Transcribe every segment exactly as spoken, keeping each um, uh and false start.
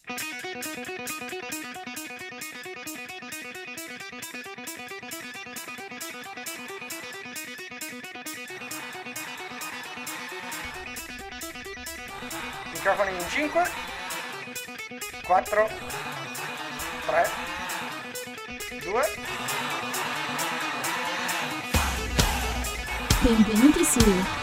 Microfoni in cinque, quattro, tre, due. Benvenuti su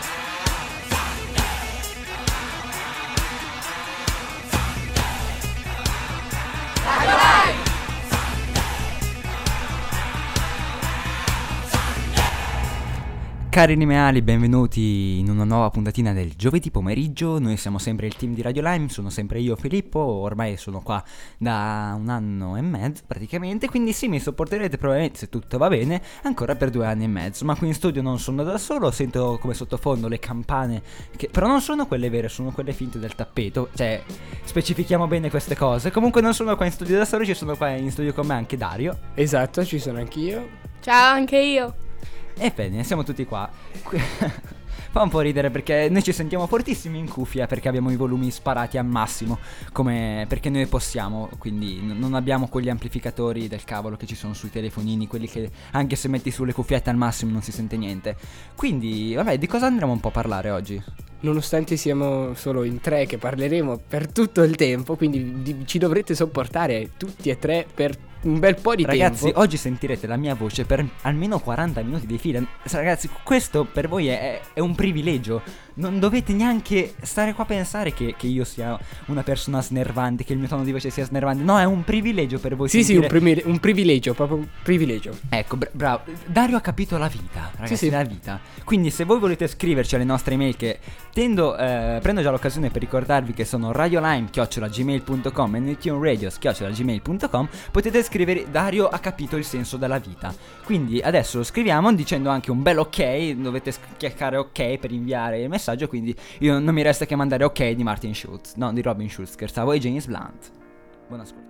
Cari lineali, benvenuti in una nuova puntatina del giovedì pomeriggio. Noi siamo sempre il team di Radio Lime, sono sempre io Filippo, ormai sono qua da un anno e mezzo praticamente, quindi sì, mi sopporterete probabilmente, se tutto va bene, ancora per due anni e mezzo. Ma qui in studio non sono da solo, sento come sottofondo le campane, che però non sono quelle vere, sono quelle finte del tappeto, cioè specifichiamo bene queste cose. Comunque non sono qua in studio da solo, ci sono qua in studio con me anche Dario. Esatto, ci sono anch'io. Ciao, anche io. E bene, siamo tutti qua. Fa un po' ridere perché noi ci sentiamo fortissimi in cuffia perché abbiamo i volumi sparati al massimo, come perché noi possiamo, quindi n- non abbiamo quegli amplificatori del cavolo che ci sono sui telefonini, quelli che anche se metti sulle cuffiette al massimo non si sente niente. Quindi, vabbè, di cosa andremo un po' a parlare oggi? Nonostante siamo solo in tre che parleremo per tutto il tempo, quindi di- ci dovrete sopportare tutti e tre per un bel po' di Ragazzi, tempo. oggi sentirete la mia voce per almeno quaranta minuti di fila. Ragazzi, questo per voi è, è un privilegio. Non dovete neanche stare qua a pensare che, che io sia una persona snervante, che il mio tono di voce sia snervante. No, è un privilegio per voi. Sì, sentire... sì, un, primi- un privilegio, proprio un privilegio. Ecco, bra- bravo. Dario ha capito la vita, ragazzi, Sì, sì. la vita. Quindi se voi volete scriverci alle nostre email, che tendo, eh, prendo già l'occasione per ricordarvi che sono radiolime chiocciola gmail punto com e ntuneradio chiocciola gmail punto com, potete scrivere Dario ha capito il senso della vita. Quindi adesso lo scriviamo dicendo anche un bel ok, dovete cliccare ok per inviare il messaggio, quindi io non mi resta che mandare ok di Martin Schulz, no, di Robin Schulz, scherzavo, e James Blunt. Buon ascolto.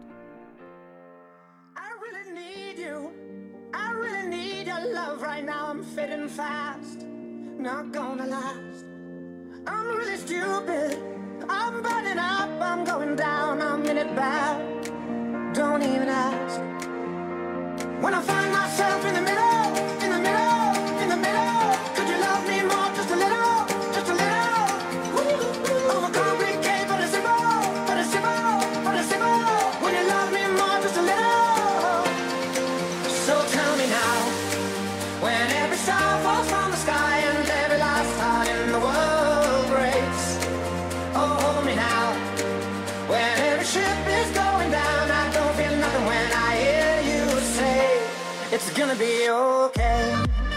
I really need you. I really need your love right now. I'm fading fast, not gonna last. I'm really stupid. I'm burning up. I'm going down. I'm in it bad. Don't even ask. When I find myself in the middle, in the middle, in the middle, could you love me more, just a little, just a little? Overcomplicate, but it's simple, but it's simple, but it's simple. When you love me more, just a little. So tell me now, when every star falls from the sky and every last heart in the world breaks. Oh, hold me now, when every ship is going down, I don't feel nothing when I hear you say, it's gonna be okay.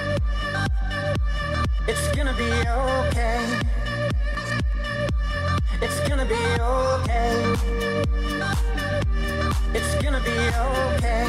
It's gonna be okay. It's gonna be okay. It's gonna be okay.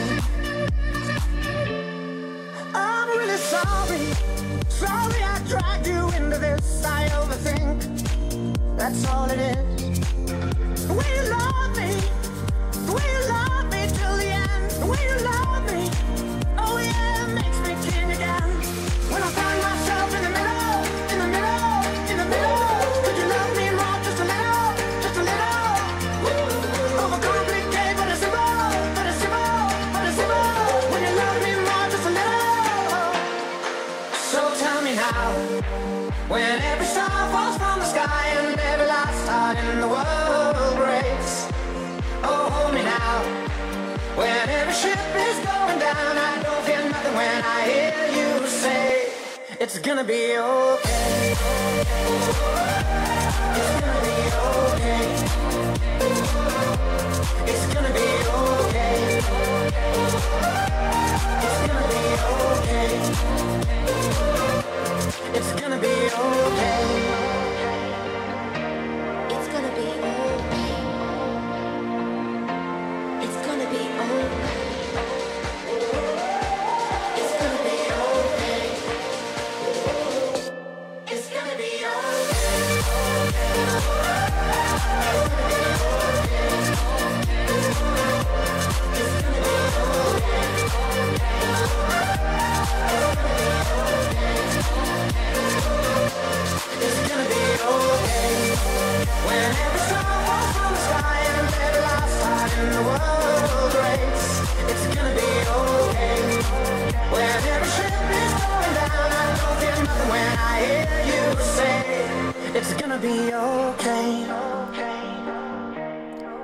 I'm really sorry. Sorry I dragged you into this. I overthink. That's all it is. The way you love me. The way you love me till the end. The way you love me. Oh yeah, it makes me king again. When I find myself in the middle, in the middle, in the middle, could you love me more, just a little, just a little? Overcomplicate, but it's simple, but it's simple, but it's simple. When you love me more, just a little. So tell me now, when every star falls from the sky and every last heart in the world breaks. Oh, hold me now. When every ship is going down, I don't feel nothing when I hear you say, it's gonna be okay. It's gonna be okay. It's gonna be okay. It's gonna be okay. It's gonna be okay. It's gonna be okay. It's gonna be okay. It's gonna be okay. It's gonna be okay. It's gonna be okay.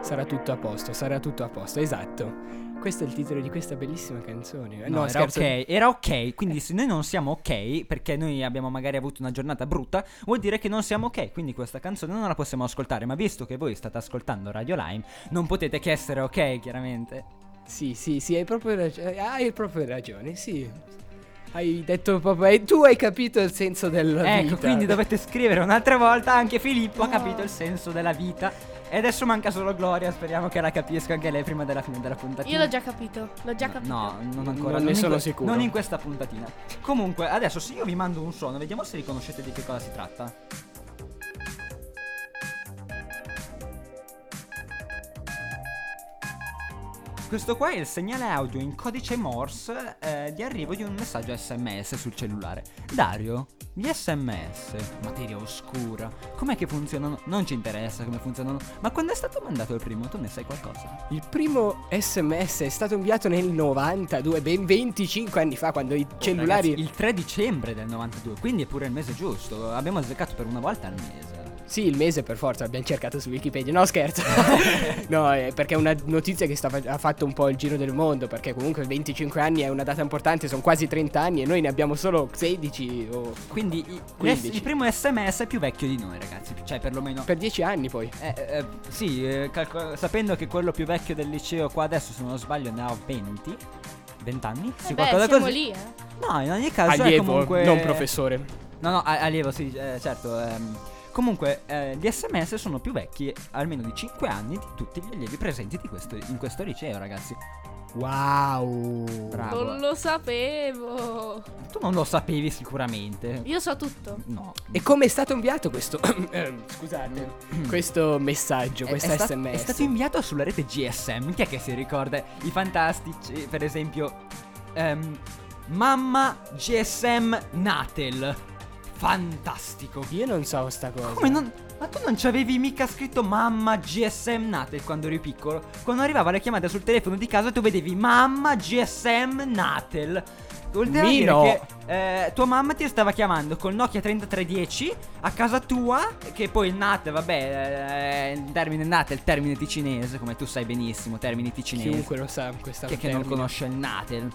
Sarà tutto a posto, sarà tutto a posto, esatto. Questo è il titolo di questa bellissima canzone. Eh, No, era scherzo. ok, era ok, quindi se noi non siamo ok, perché noi abbiamo magari avuto una giornata brutta, vuol dire che non siamo ok, quindi questa canzone non la possiamo ascoltare, ma visto che voi state ascoltando Radio Lime, non potete che essere ok, chiaramente. Sì, sì, sì, hai proprio ragione. Hai proprio ragione, sì. Hai detto proprio. hai- Tu hai capito il senso della Ecco, vita. quindi dovete scrivere un'altra volta, anche Filippo ha capito il senso della vita. E adesso manca solo Gloria, speriamo che la capisca anche lei prima della fine della puntatina. Io l'ho già capito, l'ho già capito. No, non ancora. Non ne in sono que- sicuro. Non in questa puntatina. Comunque, adesso se io vi mando un suono, vediamo se riconoscete di che cosa si tratta. Questo qua è il segnale audio in codice Morse eh, di arrivo di un messaggio S M S sul cellulare. Dario, gli S M S, materia oscura, com'è che funzionano? Non ci interessa come funzionano, ma quando è stato mandato il primo, tu ne sai qualcosa? Il primo S M S è stato inviato nel novantadue, ben venticinque anni fa, quando i cellulari. Ragazzi, il tre dicembre del novantadue, quindi è pure il mese giusto. Abbiamo azzeccato per una volta il mese. Sì, il mese per forza, abbiamo cercato su Wikipedia. No, scherzo. No, è perché è una notizia che sta fa- ha fatto un po' il giro del mondo. Perché comunque venticinque anni è una data importante, sono quasi trenta anni e noi ne abbiamo solo sedici o Quindi i- quindici. il primo S M S è più vecchio di noi, ragazzi. Cioè, perlomeno. per dieci anni poi. Eh, eh, sì, eh, calco- sapendo che quello più vecchio del liceo qua adesso, se non sbaglio, ne ha venti. venti anni? Eh Sì, beh, qualcosa siamo così. lì, eh. No, in ogni caso è Allievo, comunque. non professore. No, no, a- allievo, sì, eh, certo. ehm. Comunque, eh, gli S M S sono più vecchi, almeno di cinque anni, di tutti gli allievi presenti di questo, in questo liceo, ragazzi. Wow. Bravo. Non lo sapevo. Tu non lo sapevi sicuramente. Io so tutto. No. E come è stato inviato questo ehm, scusate, questo messaggio, È- questo è, sta- S M S? è stato inviato sulla rete G S M. Chi è che si ricorda? I fantastici, per esempio, ehm, Mamma G S M Natel. Fantastico. Io non so sta cosa. Come non... Ma tu non ci avevi mica scritto Mamma G S M Natel quando eri piccolo? Quando arrivava la chiamata sul telefono di casa tu vedevi Mamma G S M Natel. Vuol dire Mino. che eh, tua mamma ti stava chiamando col Nokia trentatré dieci a casa tua, che poi il Natel, vabbè, eh, il termine Natel, il termine ticinese, come tu sai benissimo, termini ticinesi. Chiunque lo sa questa Chi è che non termine. conosce il Natel?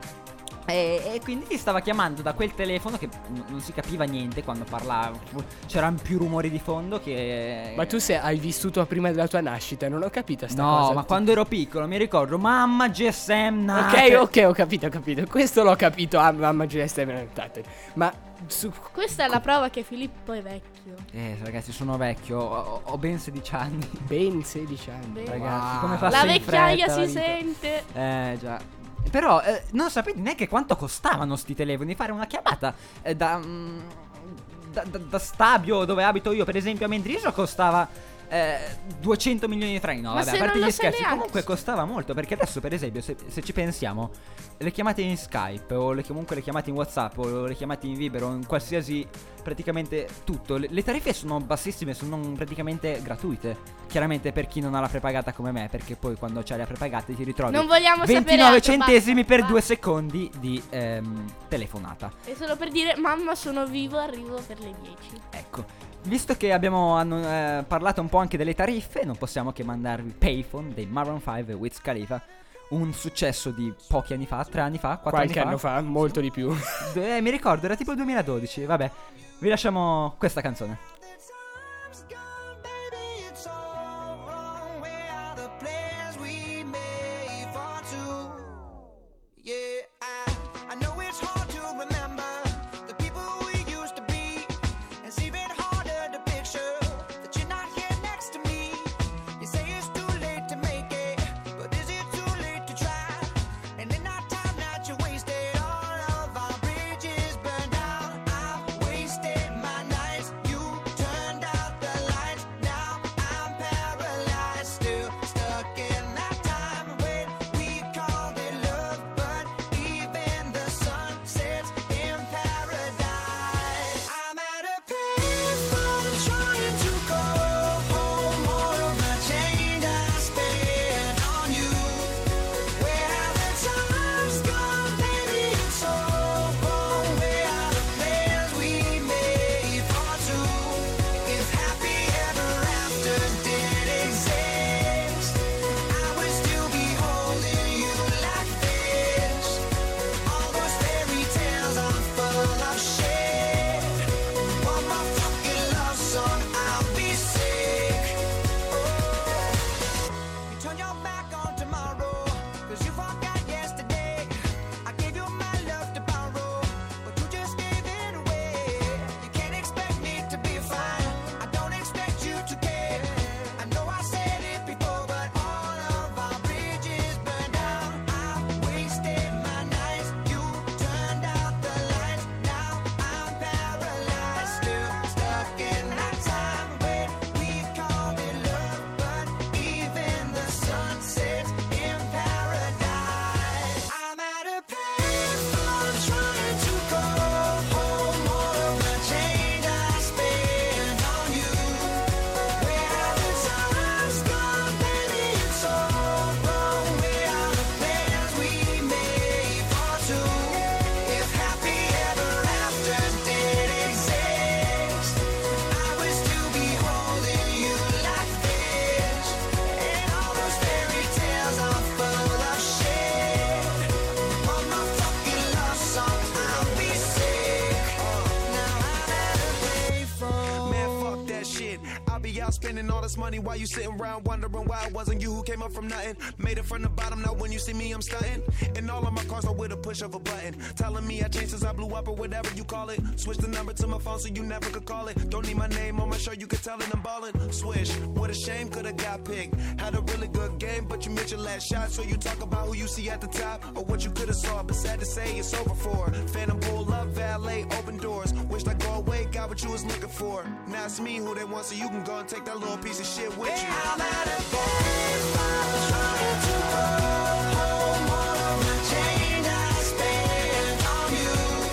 E, e quindi ti stava chiamando da quel telefono che n- non si capiva niente quando parlava. C'erano più rumori di fondo che. Ma tu se hai vissuto prima della tua nascita, non ho capito sta No, cosa. ma Tu- quando ero piccolo mi ricordo Mamma G S M Ok, Natel. ok, ho capito, ho capito. Questo l'ho capito. Ah, mamma G S M. Ma su Questa è la prova che Filippo è vecchio. Eh ragazzi, sono vecchio, ho, ho ben sedici anni. ben sedici anni. Beh. Ragazzi, Wow. come passa La in vecchiaia fretta la si vita. sente. Eh già. Però eh, non sapete neanche quanto costavano sti telefoni. Fare una chiamata eh, da, mm, da, da, da Stabio, dove abito io, per esempio a Mendrisio, costava eh, duecento milioni di franchi. No, Ma vabbè, se a parte non lo gli sai scherzi, neanche. comunque costava molto. Perché adesso, per esempio, se, se ci pensiamo, le chiamate in Skype, o le, comunque le chiamate in WhatsApp, o le chiamate in Viber, o in qualsiasi, praticamente tutto, le, le tariffe sono bassissime, sono praticamente gratuite. Chiaramente per chi non ha la prepagata come me, perché poi quando c'hai la prepagata ti ritrovi Non vogliamo sapere ventinove altro, centesimi basta, per basta. due secondi di ehm, telefonata. E solo per dire mamma sono vivo, arrivo per le dieci. Ecco, visto che abbiamo hanno, eh, parlato un po' anche delle tariffe, non possiamo che mandarvi Payphone dei Maroon cinque e Wiz Khalifa. Un successo di pochi anni fa, tre anni fa, quattro Qualche anni anno fa, molto di più. Eh, mi ricordo, era tipo il duemiladodici. Vabbè, vi lasciamo questa canzone. Time's gone, baby, it's all wrong. Where are the plans we made for two? Yeah, I, I know it's hard to remember the people we used to be. It's even harder to picture that you're not here next to me. You say it's too late to make it, but is it too late to try? And in our time that you wasted, all of our bridges burned out. I've wasted my nights, you us money while you sitting around wondering why it wasn't you who came up from nothing. Made it from the bottom, now when you see me I'm stunting. And all of my cars are with a push of a button. Telling me I changed since I blew up or whatever you call it. Switch the number to my phone so you never could call it. Don't need my name on my shirt, you can tell it I'm ballin'. Swish, what a shame, could've got picked. Had a really good game, but you missed your last shot. So you talk about who you see at the top or what you could've saw. But sad to say it's over for. Phantom pull up, valet, open doors. Wished I go away, got what you was looking for. Now it's me who they want, so you can go and take that little piece of shit with you. I'm at a baseball, trying to go home. All of my change I spent on you.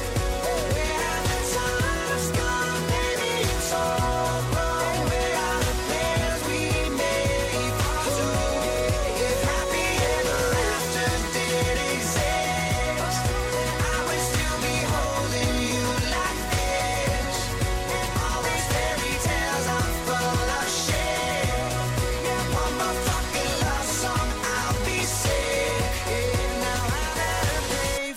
Where have the times gone, baby? It's all wrong. Where are the plans we made for two? If happy ever after did exist, I would still be holding you like this. And all these fairy tales are full of shit. Yeah, one more fucking love song, I'll be sick. Now I'm at a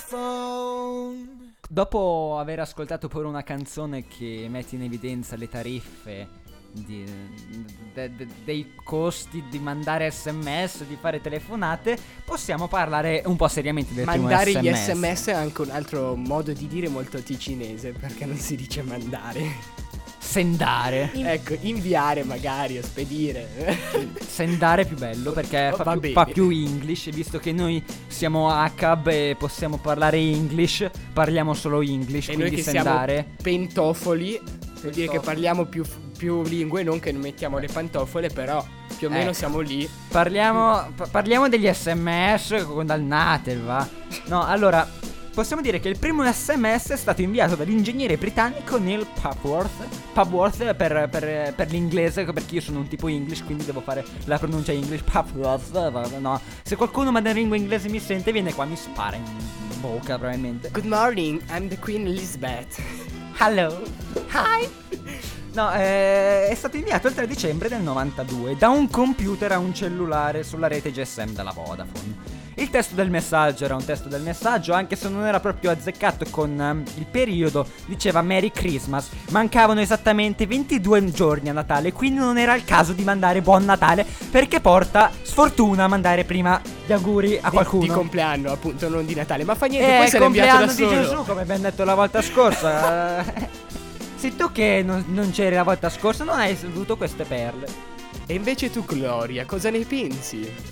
payphone. Dopo aver ascoltato pure una canzone che mette in evidenza le tariffe di- de- de- dei costi di mandare sms, di fare telefonate, possiamo parlare un po' seriamente del Mandare primo gli S M S. sms è anche un altro modo di dire molto ticinese, perché non si dice mandare. Sendare. Ecco, inviare magari o spedire. Sendare è più bello perché Va fa più, bene. fa più English. Visto che noi siamo H A B e possiamo parlare English, parliamo solo English. E quindi noi che sendare. siamo pentofoli, vuol dire che parliamo più, più lingue, non che non mettiamo le pantofole, però più o meno Eh. siamo lì. Parliamo, pa- parliamo degli sms condannate, va? No, allora, possiamo dire che il primo S M S è stato inviato dall'ingegnere britannico Neil Papworth. Papworth per, per, per l'inglese, perché io sono un tipo English, quindi devo fare la pronuncia English. Papworth, no. Se qualcuno madrelingua inglese mi sente, viene qua e mi spara in bocca, probabilmente. Good morning, I'm the Queen Elizabeth. Hello. Hi. No, eh, è stato inviato il tre dicembre del novantadue da un computer a un cellulare sulla rete G S M della Vodafone. Il testo del messaggio era un testo del messaggio, anche se non era proprio azzeccato con ehm, il periodo, diceva Merry Christmas. Mancavano esattamente ventidue giorni a Natale, quindi non era il caso di mandare Buon Natale, perché porta sfortuna mandare prima gli auguri a qualcuno. Di compleanno, appunto, non di Natale. Ma fa niente, Eh, poi se l'ha inviato compleanno da di solo. Gesù, come abbiamo detto la volta scorsa. Sì, tu che non, non c'eri la volta scorsa, non hai saputo queste perle. E invece tu, Gloria, cosa ne pensi?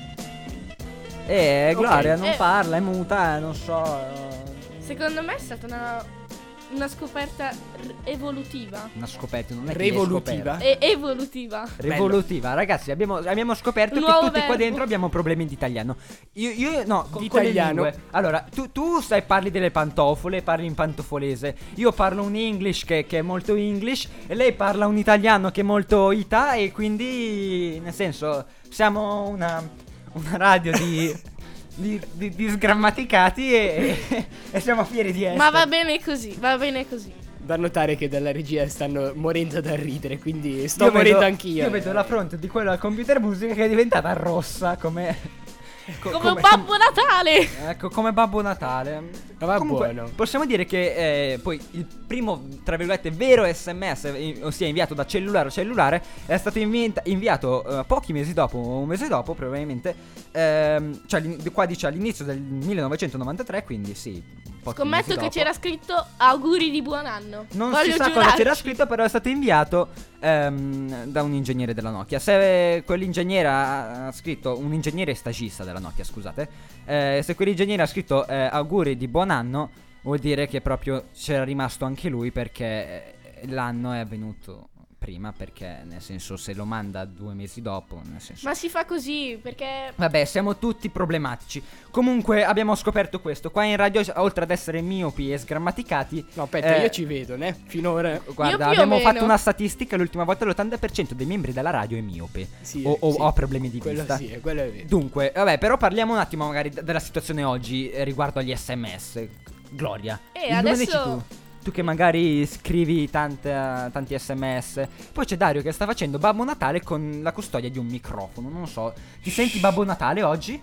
Eh, Gloria non Eh. parla, è muta, eh, non so. eh, Secondo me è stata una, una scoperta r- evolutiva. Una scoperta, non è che l'hai Revolutiva. scoperta. E- evolutiva. Revolutiva, ragazzi, abbiamo, abbiamo scoperto Un che nuovo tutti qua verbo. dentro abbiamo problemi di italiano. Io, io no, con, Di con le italiano? lingue. Allora, tu, tu sai, parli delle pantofole, parli in pantofolese. Io parlo un English che, che è molto English, e lei parla un italiano che è molto Ita, e quindi, nel senso, siamo una, una radio di, di, di, di sgrammaticati e, e, e siamo fieri di essere. Ma va bene così, va bene così. Da notare che dalla regia stanno morendo da ridere, quindi sto Io morendo vedo- anch'io. Io vedo la fronte di quello al computer musica che è diventata rossa, come... co- Come, un Babbo Natale. Ecco, come Babbo Natale. Ma va Comunque, buono. possiamo dire che eh, poi il primo, tra virgolette, vero S M S, eh, ossia inviato da cellulare a cellulare, è stato inventa- inviato eh, pochi mesi dopo, un mese dopo probabilmente, ehm, cioè all'in- qua dice all'inizio del millenovecentonovantatré, quindi sì, pochi Scommetto mesi che dopo. c'era scritto auguri di buon anno. Non Voglio si sa cosa giurarci. c'era scritto, però è stato inviato ehm, da un ingegnere della Nokia. Se quell'ingegnere ha ha scritto, un ingegnere stagista della Nokia, scusate, eh, se quell'ingegnere ha scritto eh, auguri di buon anno, vuol dire che proprio c'era rimasto anche lui, perché eh, l'anno è avvenuto prima, perché nel senso, se lo manda due mesi dopo, nel senso... Ma si fa così perché Vabbè, siamo tutti problematici. Comunque abbiamo scoperto questo. Qua in radio, oltre ad essere miopi e sgrammaticati, No, aspetta, eh, io ci vedo, né? Finora. guarda, più o abbiamo meno. fatto una statistica l'ultima volta, l'ottanta per cento dei membri della radio è miope. Sì, o o sì. ha problemi di Quello vista. sì, è quello è vero. Dunque, vabbè, però parliamo un attimo magari d- della situazione oggi eh, riguardo agli S M S. Gloria, Eh, illuminaci adesso- tu. Tu che magari scrivi tante, eh, tanti S M S. Poi c'è Dario che sta facendo Babbo Natale con la custodia di un microfono. Non so, ti senti Babbo Natale oggi?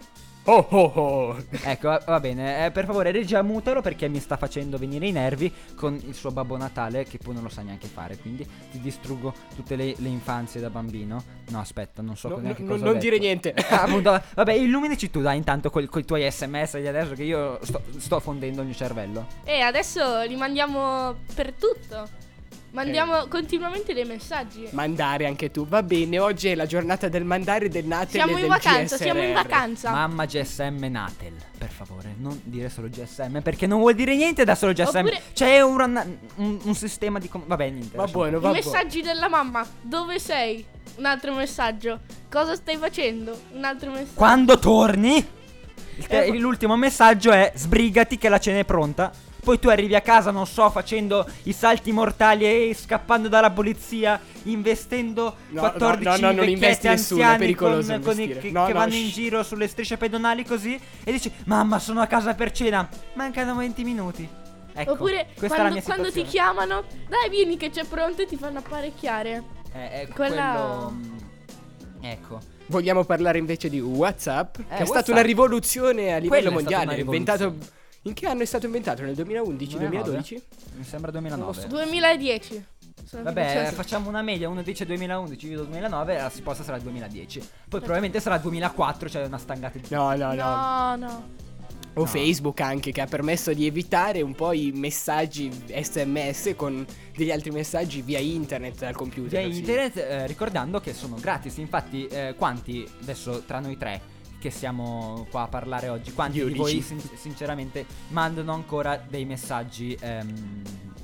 Oh oh oh. Ecco, va, va bene, eh, per favore regia mutalo perché mi sta facendo venire i nervi con il suo Babbo Natale che poi non lo sa neanche fare, quindi ti distruggo tutte le, le infanzie da bambino. No, aspetta, non so No, neanche no, cosa ho non detto. dire niente. Ah, appunto, vabbè, illuminici tu dai intanto con i tuoi sms di adesso che io sto, sto fondendo il mio cervello. E adesso li mandiamo per tutto. Mandiamo Eh. continuamente dei messaggi. Mandare anche tu, va bene. Oggi è la giornata del mandare, del Natel Siamo e in del vacanza, G S R R. siamo in vacanza. Mamma G S M Natel, per favore, non dire solo G S M perché non vuol dire niente da solo G S M. Oppure- C'è un, un, un sistema di... com- vabbè, niente. Va lasciamo buono, I va buono. messaggi della mamma. Dove sei? Un altro messaggio. Cosa stai facendo? Un altro messaggio. Quando torni, il te- Eh, l'ultimo messaggio è sbrigati che la cena è pronta. Poi tu arrivi a casa, non so, facendo i salti mortali e scappando dalla polizia, investendo No, quattordici no, no, no, non vecchietti investi nessuno, è anziani pericoloso con, con i, investire. che, No, che no, vanno in shh. giro sulle strisce pedonali così e dici mamma sono a casa per cena, mancano venti minuti. Ecco, Oppure questa è la quando, mia quando ti situazione. chiamano, dai vieni che c'è pronto e ti fanno apparecchiare. Eh, ecco, Quella- quello, mm, ecco. Vogliamo parlare invece di WhatsApp, che è WhatsApp. stata una rivoluzione a livello Quella è stata mondiale. una Inventato. rivoluzione. In che anno è stato inventato? Nel duemilaundici, duemilanove? duemiladodici? Mi sembra duemilanove. duemiladieci. Sono Vabbè, fiduciosa. facciamo una media, uno dice duemilaundici, io dico duemilanove, la risposta sarà duemiladieci. Poi probabilmente sarà duemilaquattro, cioè una stangata di... No, no, no. No, no. O No. Facebook anche, che ha permesso di evitare un po' i messaggi sms con degli altri messaggi via internet dal computer. Via sì. internet, eh, ricordando che sono gratis. Infatti, eh, quanti, adesso tra noi tre che siamo qua a parlare oggi, quanti Io di voi dici. sin- sinceramente mandano ancora dei messaggi ehm,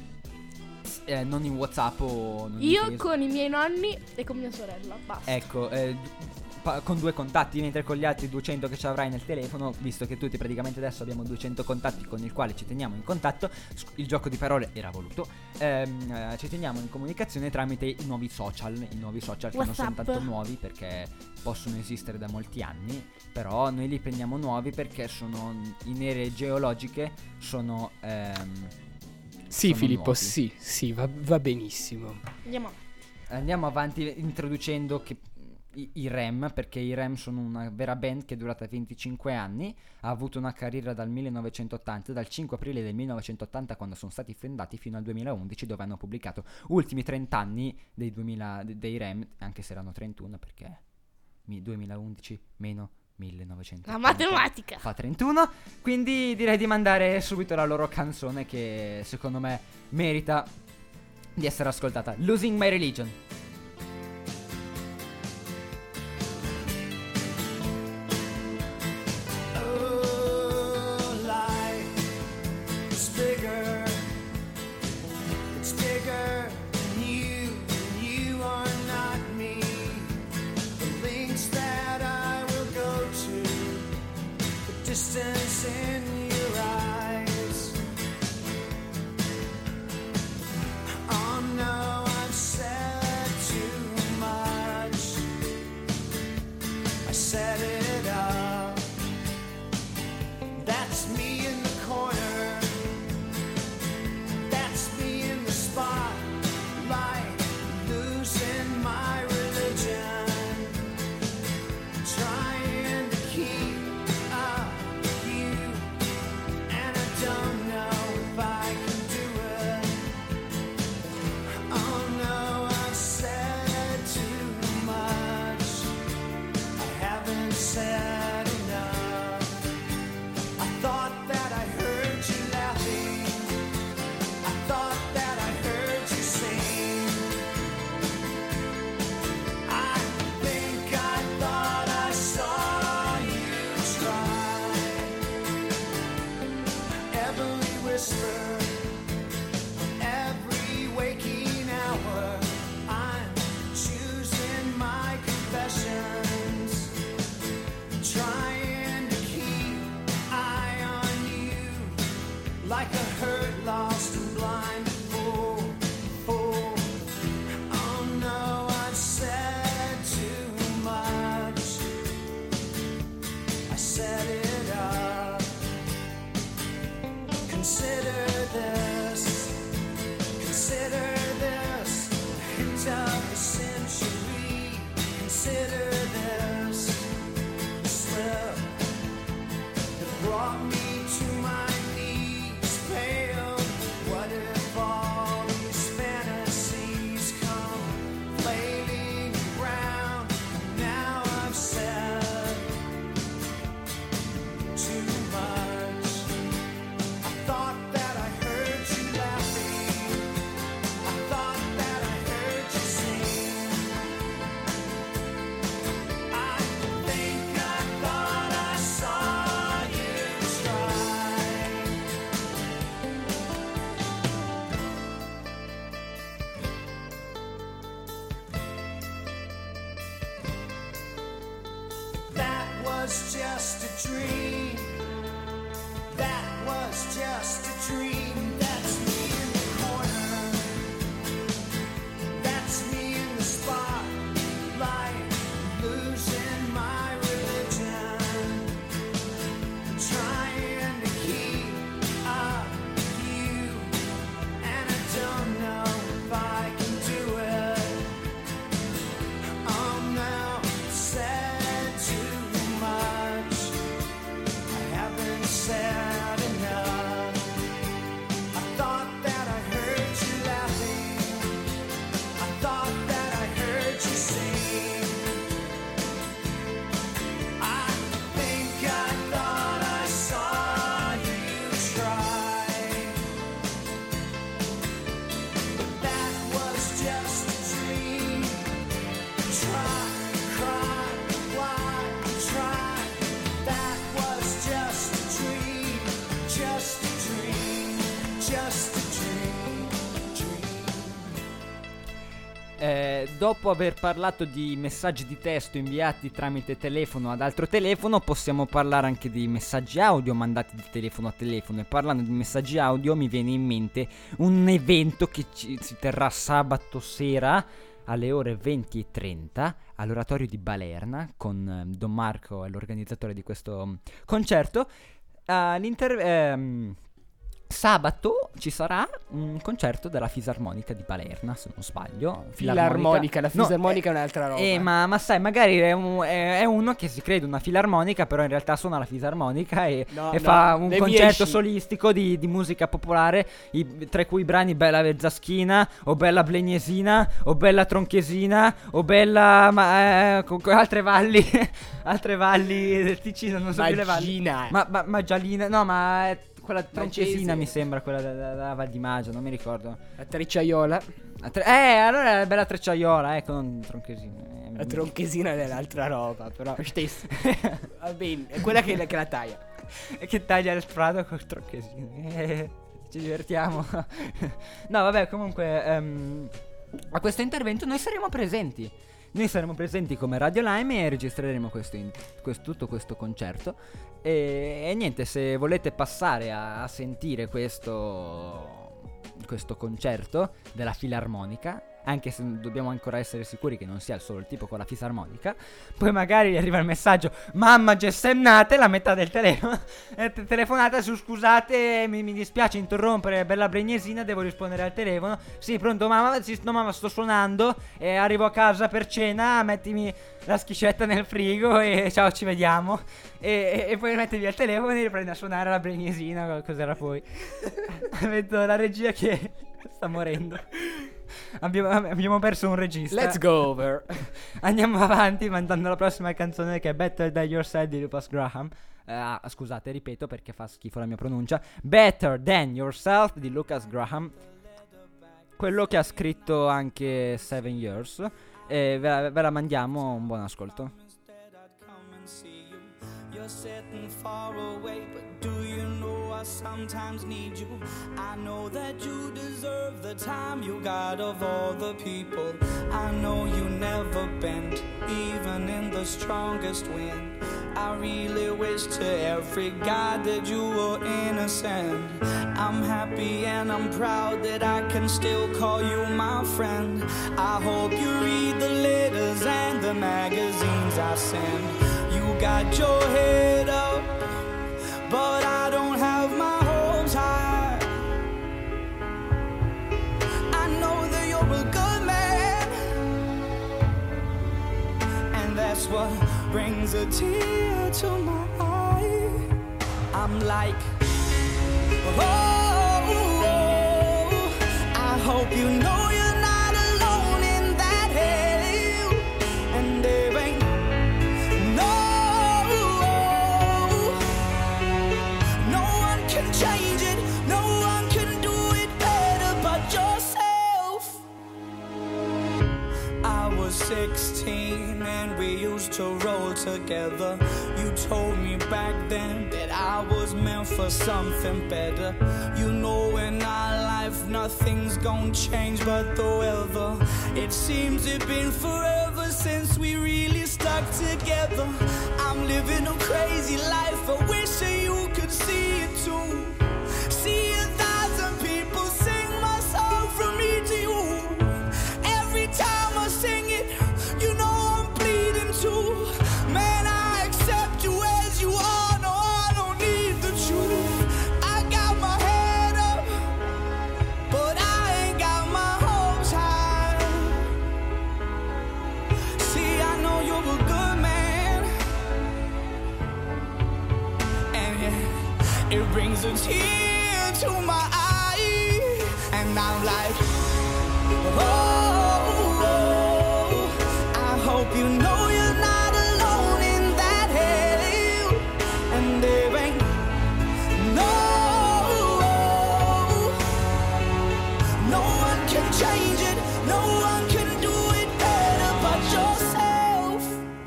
s- eh, non in WhatsApp o non in Io Facebook? con i miei nonni e con mia sorella. Basta. Ecco, eh, pa- con due contatti, mentre con gli altri duecento che ci avrai nel telefono, visto che tutti praticamente adesso abbiamo duecento contatti con il quale ci teniamo in contatto, sc- il gioco di parole era voluto, ehm, eh, ci teniamo in comunicazione tramite i nuovi social, i nuovi social che non sono WhatsApp. tanto nuovi perché possono esistere da molti anni, però noi li prendiamo nuovi perché sono in ere geologiche, sono... ehm, Sì, sono Filippo, nuovi. sì, sì, va, va benissimo. Andiamo. Andiamo avanti introducendo che i, i R E M, perché i R E M sono una vera band che è durata venticinque anni, ha avuto una carriera dal millenovecentottanta, dal cinque aprile del millenovecentottanta quando sono stati fondati fino al duemilaundici dove hanno pubblicato ultimi trenta anni dei, duemila, de- dei R E M, anche se erano trentuno perché mi- duemilaundici meno millenovecentottanta La matematica. fa trentuno, quindi direi di mandare subito la loro canzone che secondo me merita di essere ascoltata. Losing My Religion. Oh, life is bigger. It's bigger than you. And you are not me. The links that I will go to, the distance in your eyes. Oh no, I've said too much. I set it up. That's me in the corner. That's me in the spotlight, losing my religion, trying to keep up with you, and I don't know if I can do it. Oh no, I've said too much. I haven't said enough. I thought that I heard you laughing. I thought that I heard you sing. I think I thought I saw you try. Heavenly whisper, every waking hour, I'm choosing my confessions, trying to keep eye on you, like a hurt, lost and blind fool, fool. Oh no, I've said too much. I set it up. Consider this, consider this, a hint of the century. Consider this, a slip was just a dream. That was just a dream. That's me in the corner. That's me in the spotlight, losing my religion, trying to keep up with you, and I don't know if I can do it. I'm now said too much. I haven't said enough. I thought that I heard you laughing. I thought that I heard you sing. I think I thought I saw you try. But that was just a dream. Try, cry, why, try. That was just a dream. Just a dream. Just a dream. Dream. Eh, dopo aver parlato di messaggi di testo inviati tramite telefono ad altro telefono, possiamo parlare anche di messaggi audio mandati di telefono a telefono. E parlando di messaggi audio mi viene in mente un evento che ci, si terrà sabato sera alle ore venti e trenta all'oratorio di Balerna con eh, Don Marco, è l'organizzatore di questo mm, concerto. All'inter- ehm, sabato ci sarà un concerto della Fisarmonica di Balerna, se non sbaglio. Filarmonica, la No, fisarmonica eh, è un'altra roba. Eh, ma, ma sai, magari è, un- è- è uno che si crede una filarmonica, però in realtà suona la fisarmonica e, No, e no, fa un le concerto mie sci- solistico di, di musica popolare, i- tra cui i brani Bella Vezzaschina, o Bella Blegnesina, o Bella Tronchesina, o Bella... Ma, eh, con, con altre valli, altre valli del Ticino, non so più le valli. Maggina. Ma, ma, Maggialina, no, ma è quella Tronchesina Maggese. mi sembra, quella della da, Val di Maggio, non mi ricordo. La trecciaiola. La tre- eh, allora è Bella Trecciaiola, ecco, non Tronchesina. eh, La tronchesina è l'altra roba, però stesso. Va bene, è quella che, che la taglia. E che taglia il prato col tronchesino. Eh, ci divertiamo. No, vabbè, comunque ehm, a questo intervento noi saremo presenti. Noi saremo presenti come Radio Lime e registreremo questo in- quest- tutto questo concerto. E, e niente, se volete passare a, a sentire questo, questo concerto della Filarmonica, anche se dobbiamo ancora essere sicuri che non sia solo il tipo con la fisarmonica, poi magari arriva il messaggio: mamma, gessennate la metà del telefono. eh, te- telefonata su, scusate, mi, mi dispiace interrompere, Bella Bregnesina, devo rispondere al telefono. Sì, pronto mamma? Sì, no mamma, sto suonando e arrivo a casa per cena, mettimi la schiscetta nel frigo e ciao, ci vediamo. E, e, e poi metti via il telefono e riprendi a suonare la Bregnesina. Cos'era poi? Vedo la regia che sta morendo. Abbiamo, abbiamo perso un regista. Let's go over. Andiamo avanti mandando la prossima canzone, che è Better Than Yourself di Lucas Graham. Eh, ah, scusate, ripeto perché fa schifo la mia pronuncia. Better Than Yourself di Lucas Graham, quello che ha scritto anche Seven Years. E ve la, ve la mandiamo, un buon ascolto. You're sitting far away, but do you know I sometimes need you? I know that you deserve the time you got of all the people. I know you never bend, even in the strongest wind. I really wish to every guy that you were innocent. I'm happy and I'm proud that I can still call you my friend. I hope you read the letters and the magazines I send. You got your head up, but I don't have my hopes high. I know that you're a good man, and that's what brings a tear to my eye. I'm like, oh, I hope you know you're not alone in that hell, and there ain't change it, no one can do it better but yourself. I was sixteen and we used to roll together. You told me back then that I was meant for something better. You know in our life nothing's gonna change but the weather. It seems it's been forever since we really stuck together. I'm living living a crazy life. I wish that you could see it too. See a thousand people sing my song from me to you. Every time I sing it, you know I'm bleeding too. Man, I accept you as you are. No, I don't need the truth. I got my head up, but I ain't got my hopes high. See, I know you're a good man, and yeah, it brings a tear to my eye, and I'm like, oh, I hope you know you're not alone in that hell, and there ain't no, no one can change it, no one can do it better but yourself.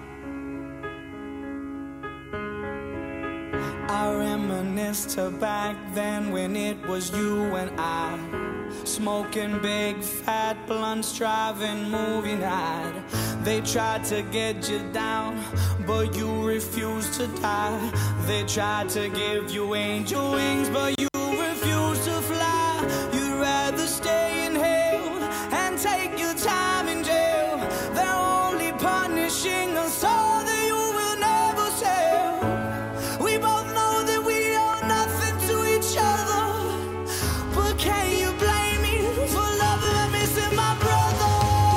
I reminisce to back then when it was you and I, smoking big fat blunts, driving movie night. They tried to get you down, but you refused to die. They tried to give you angel wings, but you refused to fly. You'd rather stay in hell and take your time in jail. They're only punishing us so that you will never tell. We both know that we are nothing to each other, but can you blame me for loving and missing my brother?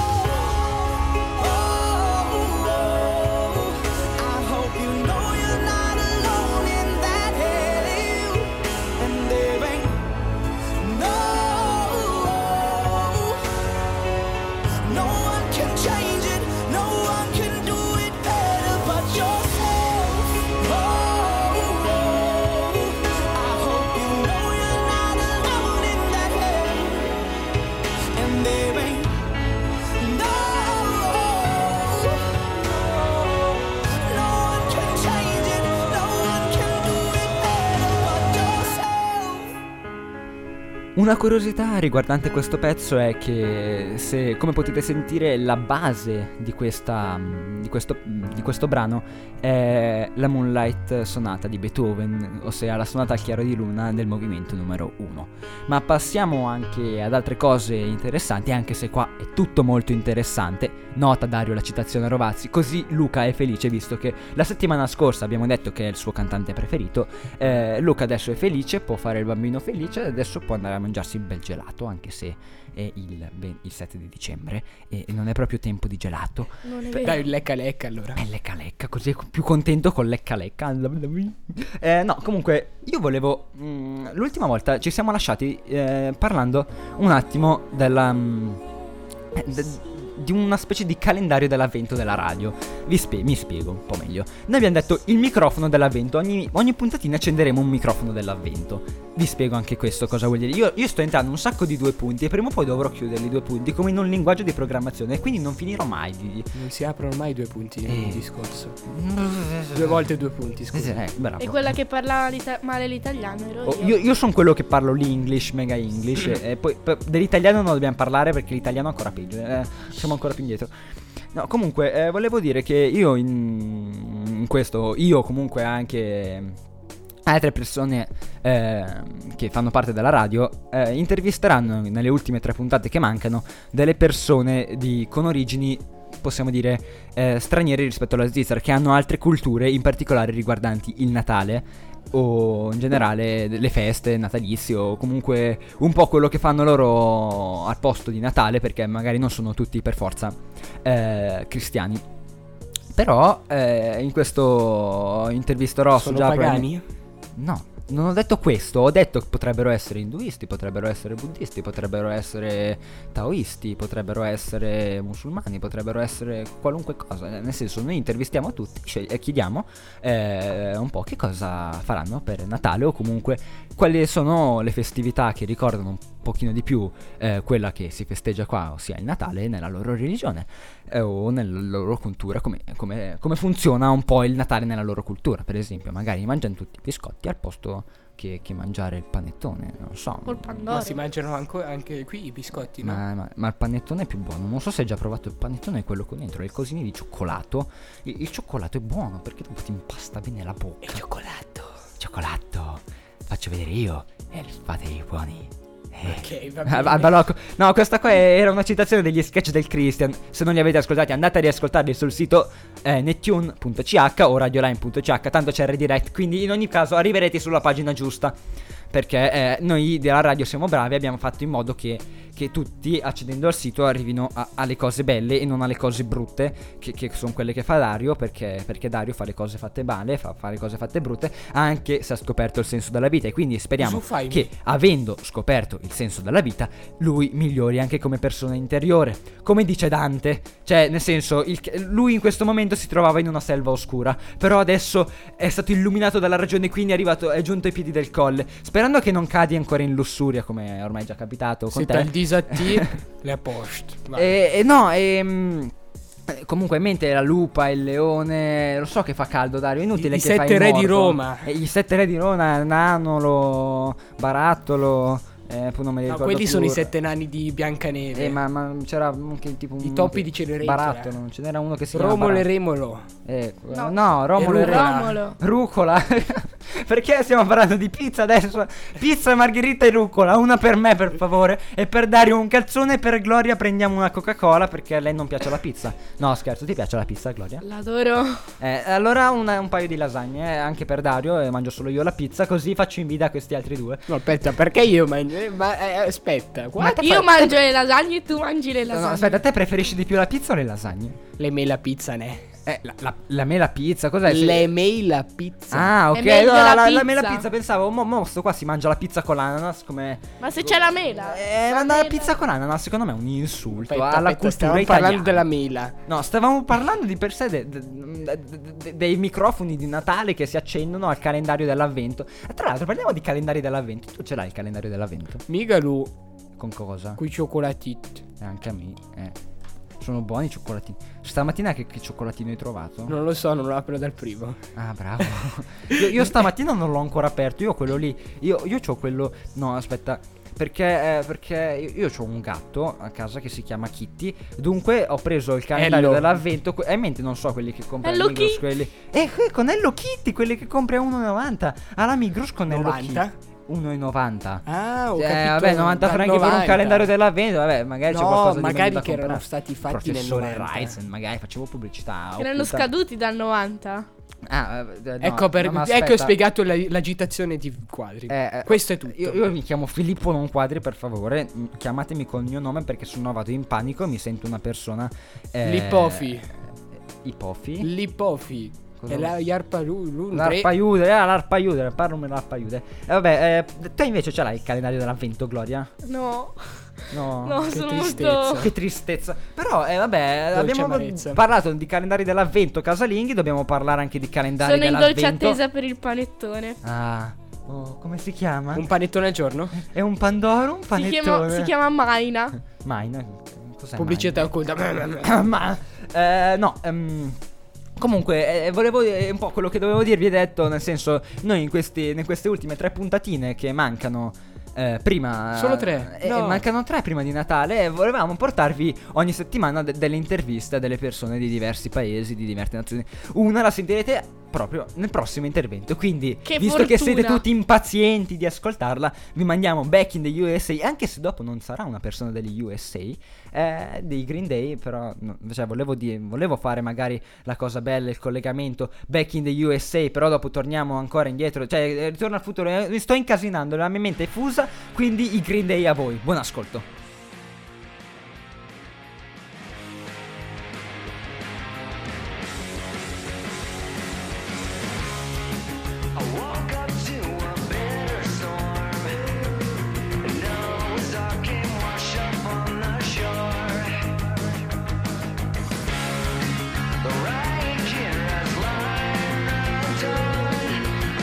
Oh, I hope you know you're not alone in that hell, and there ain't no, no one can change it, no one can do it better but yourself. Oh, I hope you know you're not alone in that hell, and there ain't no, no one can change it, no one can do it better but yourself. Una curiosità riguardante questo pezzo è che, se, come potete sentire, la base di, questa, di, questo, di questo brano è la Moonlight Sonata di Beethoven, ossia la sonata al chiaro di luna del movimento numero uno. Ma passiamo anche ad altre cose interessanti, anche se qua è tutto molto interessante. Nota Dario la citazione a Rovazzi, così Luca è felice, visto che la settimana scorsa abbiamo detto che è il suo cantante preferito. eh, Luca adesso è felice, può fare il bambino felice, adesso può andare a mangiarsi il bel gelato, anche se è il, il sette di dicembre e non è proprio tempo di gelato. Non è Dai, vero. lecca lecca allora. È lecca lecca, così è più contento con lecca lecca. Eh, no, comunque io volevo mh, l'ultima volta ci siamo lasciati eh, parlando un attimo della mh, eh, de- di una specie di calendario dell'avvento della radio. Vi spie- mi spiego un po' meglio. Noi abbiamo detto il microfono dell'avvento. Ogni, ogni puntatina accenderemo un microfono dell'avvento. Vi spiego anche questo cosa vuol dire. Io, io sto entrando un sacco di due punti e prima o poi dovrò chiuderli i due punti, come in un linguaggio di programmazione, e quindi non finirò mai di... Non si aprono mai due punti Eh. nel discorso. Due volte due punti, scusa. Eh, bravo. E quella che parlava l'ita- male l'italiano ero Oh, io. io, io sono quello che parlo l'English, mega English, e, e poi per- dell'italiano non dobbiamo parlare perché l'italiano è ancora peggio, eh, siamo ancora più indietro. No, comunque, eh, volevo dire che io in, in questo, io comunque anche altre persone eh, che fanno parte della radio eh, intervisteranno nelle ultime tre puntate che mancano delle persone di, con origini, possiamo dire, eh, straniere rispetto alla Svizzera, che hanno altre culture, in particolare riguardanti il Natale o in generale le feste natalizie, o comunque un po' quello che fanno loro al posto di Natale, perché magari non sono tutti per forza eh, cristiani. Però eh, in questo intervisterò Sono già pagani? No, non ho detto questo, ho detto che potrebbero essere induisti, potrebbero essere buddisti, potrebbero essere taoisti, potrebbero essere musulmani, potrebbero essere qualunque cosa. Nel senso, noi intervistiamo tutti scegli- e chiediamo eh, un po' che cosa faranno per Natale, o comunque quali sono le festività che ricordano un pochino di più eh, quella che si festeggia qua, ossia il Natale, nella loro religione eh, o nella loro cultura, come, come, come funziona un po' il Natale nella loro cultura. Per esempio, magari mangiano tutti i biscotti al posto che, che mangiare il panettone, non so. Col Ma pandoro. si mangiano anche, anche qui i biscotti, no? Ma, ma- ma il panettone è più buono. Non so se hai già provato il panettone, quello con dentro le cosine di cioccolato. Il, il cioccolato è buono perché dopo ti impasta bene la bocca. Il cioccolato. Cioccolato. Faccio vedere io. E fate i buoni. Eh. Ok, va Ah, bene. al balocco. No, questa qua era una citazione degli sketch del Christian. Se non li avete ascoltati, andate a riascoltarli sul sito eh, nettune punto c h o radioline punto c h. Tanto c'è il redirect, quindi in ogni caso arriverete sulla pagina giusta. Perché eh, noi della radio siamo bravi, abbiamo fatto in modo che, che tutti, accedendo al sito, arrivino a- alle cose belle e non alle cose brutte, che, che sono quelle che fa Dario, perché, perché Dario fa le cose fatte male, fa, fa le cose fatte brutte, anche se ha scoperto il senso della vita. E quindi speriamo Cosa fai? che, avendo scoperto il senso della vita, lui migliori anche come persona interiore. Come dice Dante, cioè nel senso, il- lui in questo momento si trovava in una selva oscura, però adesso è stato illuminato dalla ragione, quindi è arrivato, è giunto ai piedi del colle. Sperando che non cadi ancora in lussuria, come è ormai già capitato con Se te. te il disattivi, le a posto. Vai. E, e no, e, comunque in mente la lupa, il leone. Lo so che fa caldo, Dario. È inutile I che fai sette il re di morto. Roma. E I sette re di Roma, Nanolo, Barattolo. Eh, poi non me li No, ricordo quelli più. sono i sette nani di Biancaneve. Eh, ma, ma c'era anche tipo un. I topi di Cenerentola. Barattolo, non ce n'era uno che si Romolo e chiama Remolo. eh, No. no, Romolo e Rucola. Remo. Romolo. Rucola. Perché stiamo parlando di pizza adesso? Pizza, margherita e rucola. Una per me, per favore. E per Dario un calzone. Per Gloria prendiamo una Coca-Cola, perché a lei non piace la pizza. No, scherzo, ti piace la pizza, Gloria? L'adoro. Eh, allora una- un paio di lasagne, eh, anche per Dario. E mangio solo io la pizza, così faccio invidia a questi altri due. No, aspetta, perché io mangio? eh, Ma eh, aspetta, Ma guarda. te Io fai- mangio le lasagne e tu mangi le No, lasagne. no, aspetta, te preferisci di più la pizza o le lasagne? Le mela pizza, ne. Eh, la, la, la mela pizza, cos'è? Se- Le mela pizza. Ah, ok. È meglio No, la la, la pizza. mela pizza, pensavo, mo, mo sto qua si mangia la pizza con l'ananas come. Ma se c'è la mela. Eh, La ma la mela- pizza con l'ananas secondo me è un insulto Aspetta, alla aspetta, cultura stavamo italiana. parlando della mela. No, stavamo parlando di per sé de- de- de- de- dei microfoni di Natale che si accendono al calendario dell'avvento. E tra l'altro parliamo di calendari dell'avvento. Tu ce l'hai il calendario dell'avvento? Migalu, Con cosa? quei cioccolatiti. Eh, anche a me, eh. Sono buoni i cioccolatini. Stamattina che, che cioccolatino hai trovato? Non lo so, non lo apro dal primo. Ah, bravo. io, io stamattina non l'ho ancora aperto. Io ho quello lì. Io, io ho quello. No, aspetta. Perché, eh, perché io, io ho un gatto a casa che si chiama Kitty. Dunque ho preso il calendario Hello. dell'avvento. que- Hai in mente, non so, quelli che compri Hello alla Migros. Kitty. Quelli. Eh, que- con Hello Kitty, quelli che compri a uno e novanta. Alla Migros con Hello novanta? Kitty. uno e novanta. Ah, ho Eh, capito. vabbè, novanta dal franchi per un novanta. calendario dell'avvento. Vabbè, magari c'è No, qualcosa di magari meglio da che erano comprare. stati fatti nel Professore novanta. Ryzen, magari facevo pubblicità. Erano occulta. scaduti dal novanta. Ah, eh, no, Ecco, per, no, ma ecco ho aspetta. spiegato la- l'agitazione di quadri. Eh, eh, Questo è tutto. Io, io mi chiamo Filippo Non Quadri, per favore. m- Chiamatemi col mio nome perché sennò vado in panico e mi sento una persona. Eh, L'ipofi. Ipofi? L'ipofi. Cosa È vuol- la Yarpalu. L'arpaiude, ah, l'arpaiude, parlami dell'arpaiude. E vabbè, eh, te invece ce l'hai il calendario dell'avvento, Gloria? No. No. No, che sono tristezza. molto. Che tristezza. Però, eh, vabbè, Dolce abbiamo amarezza. parlato di calendari dell'avvento casalinghi, dobbiamo parlare anche di calendari Sono in dell'avvento. dolce attesa per il panettone. Ah, oh, come si chiama? Un panettone al giorno? È un pandoro, un Si panettone. chiama, si chiama Maina. Maina, cos'è Pubblicità occulta. Maina? Ma eh, no, ehm, comunque eh, volevo dire un po' quello che dovevo dirvi, è detto, nel senso, noi in, questi, in queste ultime tre puntatine che mancano eh, prima Solo tre? eh, No. mancano tre prima di Natale, e volevamo portarvi ogni settimana de- delle interviste a delle persone di diversi paesi, di diverse nazioni. Una la sentirete proprio nel prossimo intervento, quindi Che visto che siete fortuna. tutti impazienti di ascoltarla, vi mandiamo Back in the U S A, anche se dopo non sarà una persona degli U S A, eh, dei Green Day, però no, cioè, volevo, dire, volevo fare magari la cosa bella, il collegamento Back in the U S A, però dopo torniamo ancora indietro, cioè eh, ritorno al futuro, eh, mi sto incasinando, la mia mente è fusa, quindi i Green Day a voi, buon ascolto.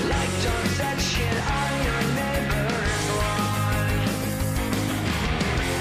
Like don't set shit on your neighbor's lawn.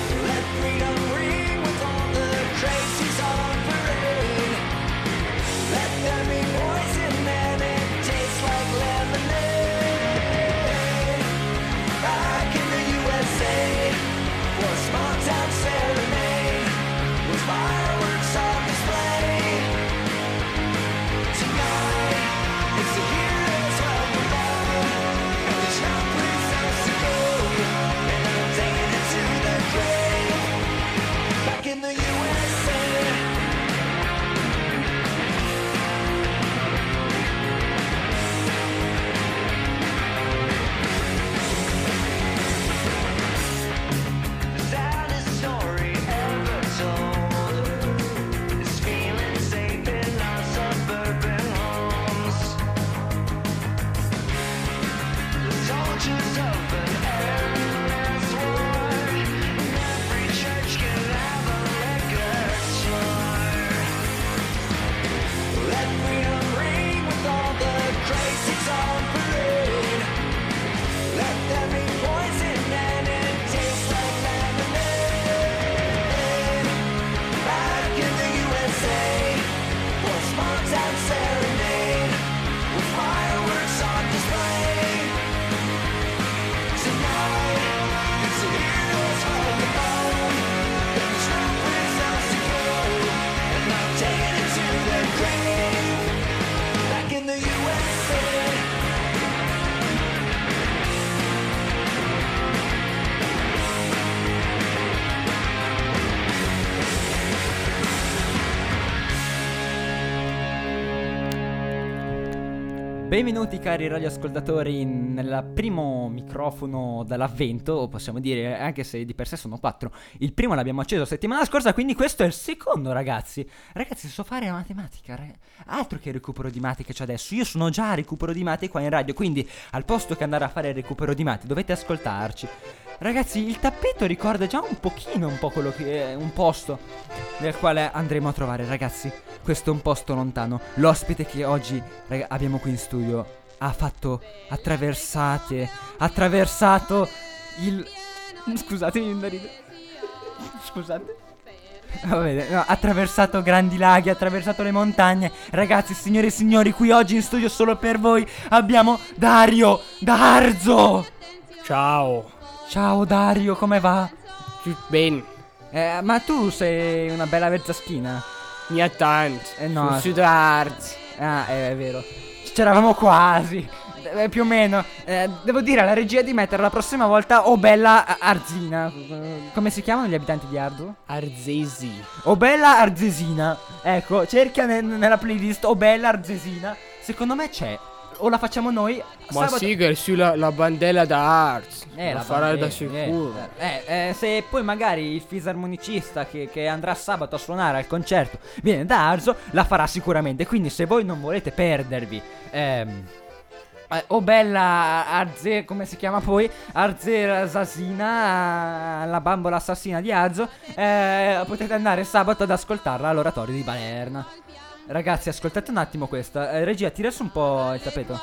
marches of an endless war. Every church can have a record store. Let freedom ring with all the crazies on parade. Let them be poison and it tastes like lemonade. Back in the U S A, for Spontaneous serenade, with fireworks on display. Tonight, it's the heroes of the bone, and the troopers of to go, and I'm taking it to the grave. Back in the U S A. Benvenuti cari radioascoltatori nel primo microfono dall'avvento, o possiamo dire, anche se di per sé sono quattro. Il primo l'abbiamo acceso settimana scorsa, quindi questo è il secondo, ragazzi. Ragazzi, so fare la matematica, rag- altro che recupero di mate che c'è adesso. Io sono già a recupero di mate qua in radio, quindi al posto che andare a fare il recupero di mate dovete ascoltarci. Ragazzi, il tappeto ricorda già un pochino un po' quello che è un posto nel quale andremo a trovare, ragazzi. Questo è un posto lontano. L'ospite che oggi raga, abbiamo qui in studio ha fatto attraversate, attraversato il... Scusatemi da ridere. Scusate. Va bene, no, ha attraversato grandi laghi, ha attraversato le montagne. Ragazzi, signore e signori, qui oggi in studio solo per voi abbiamo Dario da Arzo. Ciao. Ciao Dario, come va? Bene. Eh, ma tu sei una bella verzaschina. Mia tanto. Eh no. Sul Sud Arzi. Ah, eh, è vero. C'eravamo quasi. Eh, più o meno. Eh, devo dire alla regia di mettere la prossima volta O Bella Arzina. Come si chiamano gli abitanti di Arzo? Arzesi. O Bella Arzesina. Ecco, cerca ne- nella playlist O Bella Arzesina. Secondo me c'è. O la facciamo noi. Ma sabato- sì, che è sulla la bandella da Arz. Eh, la la farà bandera, da sicuro. Eh, eh, eh, se poi magari il fisarmonicista che, che andrà sabato a suonare al concerto viene da Arzo, la farà sicuramente. Quindi se voi non volete perdervi ehm, eh, O Bella Arze, come si chiama poi? Arze Sasina, la bambola assassina di Arzo, eh, potete andare sabato ad ascoltarla all'oratorio di Balerna. Ragazzi, ascoltate un attimo questa. Eh, regia, tira su un po' il tappeto.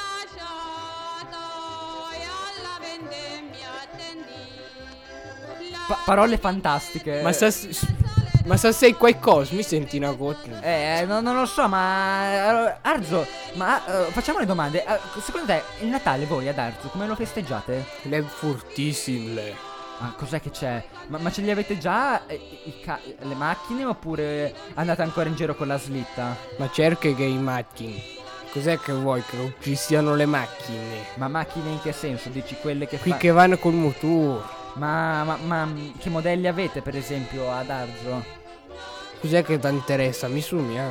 Pa- parole fantastiche. Ma sa, ma sa sei qualcosa? Mi senti una goccia? Eh, no- non lo so, ma eh, Arzo, ma eh, facciamo le domande. Eh, secondo te il Natale voi ad Arzo come lo festeggiate? Lei è fortissimo lei. Ma cos'è che c'è? Ma, ma ce li avete già eh, i ca- le macchine oppure andate ancora in giro con la slitta? Ma cerca che i macchine. Cos'è che vuoi che non ci siano le macchine? Ma macchine in che senso? Dici quelle che Qui fa- che vanno col motore. Ma, ma, ma che modelli avete per esempio ad Arzo? Cos'è che ti interessa? Mi su mia.